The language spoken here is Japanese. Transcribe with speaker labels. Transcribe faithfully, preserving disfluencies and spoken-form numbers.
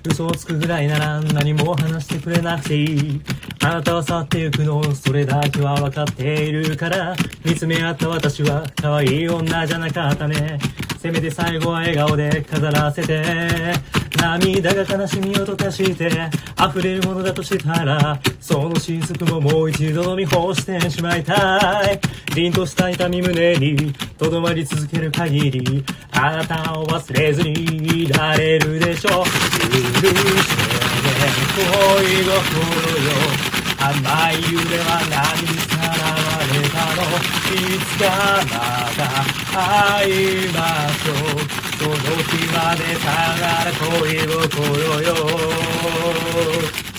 Speaker 1: 嘘をつくぐらいなら何も話してくれなくていい。あなたは去ってゆくのそれだけは分かっているから。見つめ合った私は可愛い女じゃなかったね。せめて最後は笑顔で飾らせて。涙が悲しみを溶かして溢れるものだとしたら、その雫ももう一度飲み干してしまいたい。凛とした痛み胸にとどまり続ける限り、あなたを忘れずにいられるでしょう。許してね恋心よ、甘い夢は何にさらわれたの。いつかまた会いましょう。その日までさよなら恋心よ。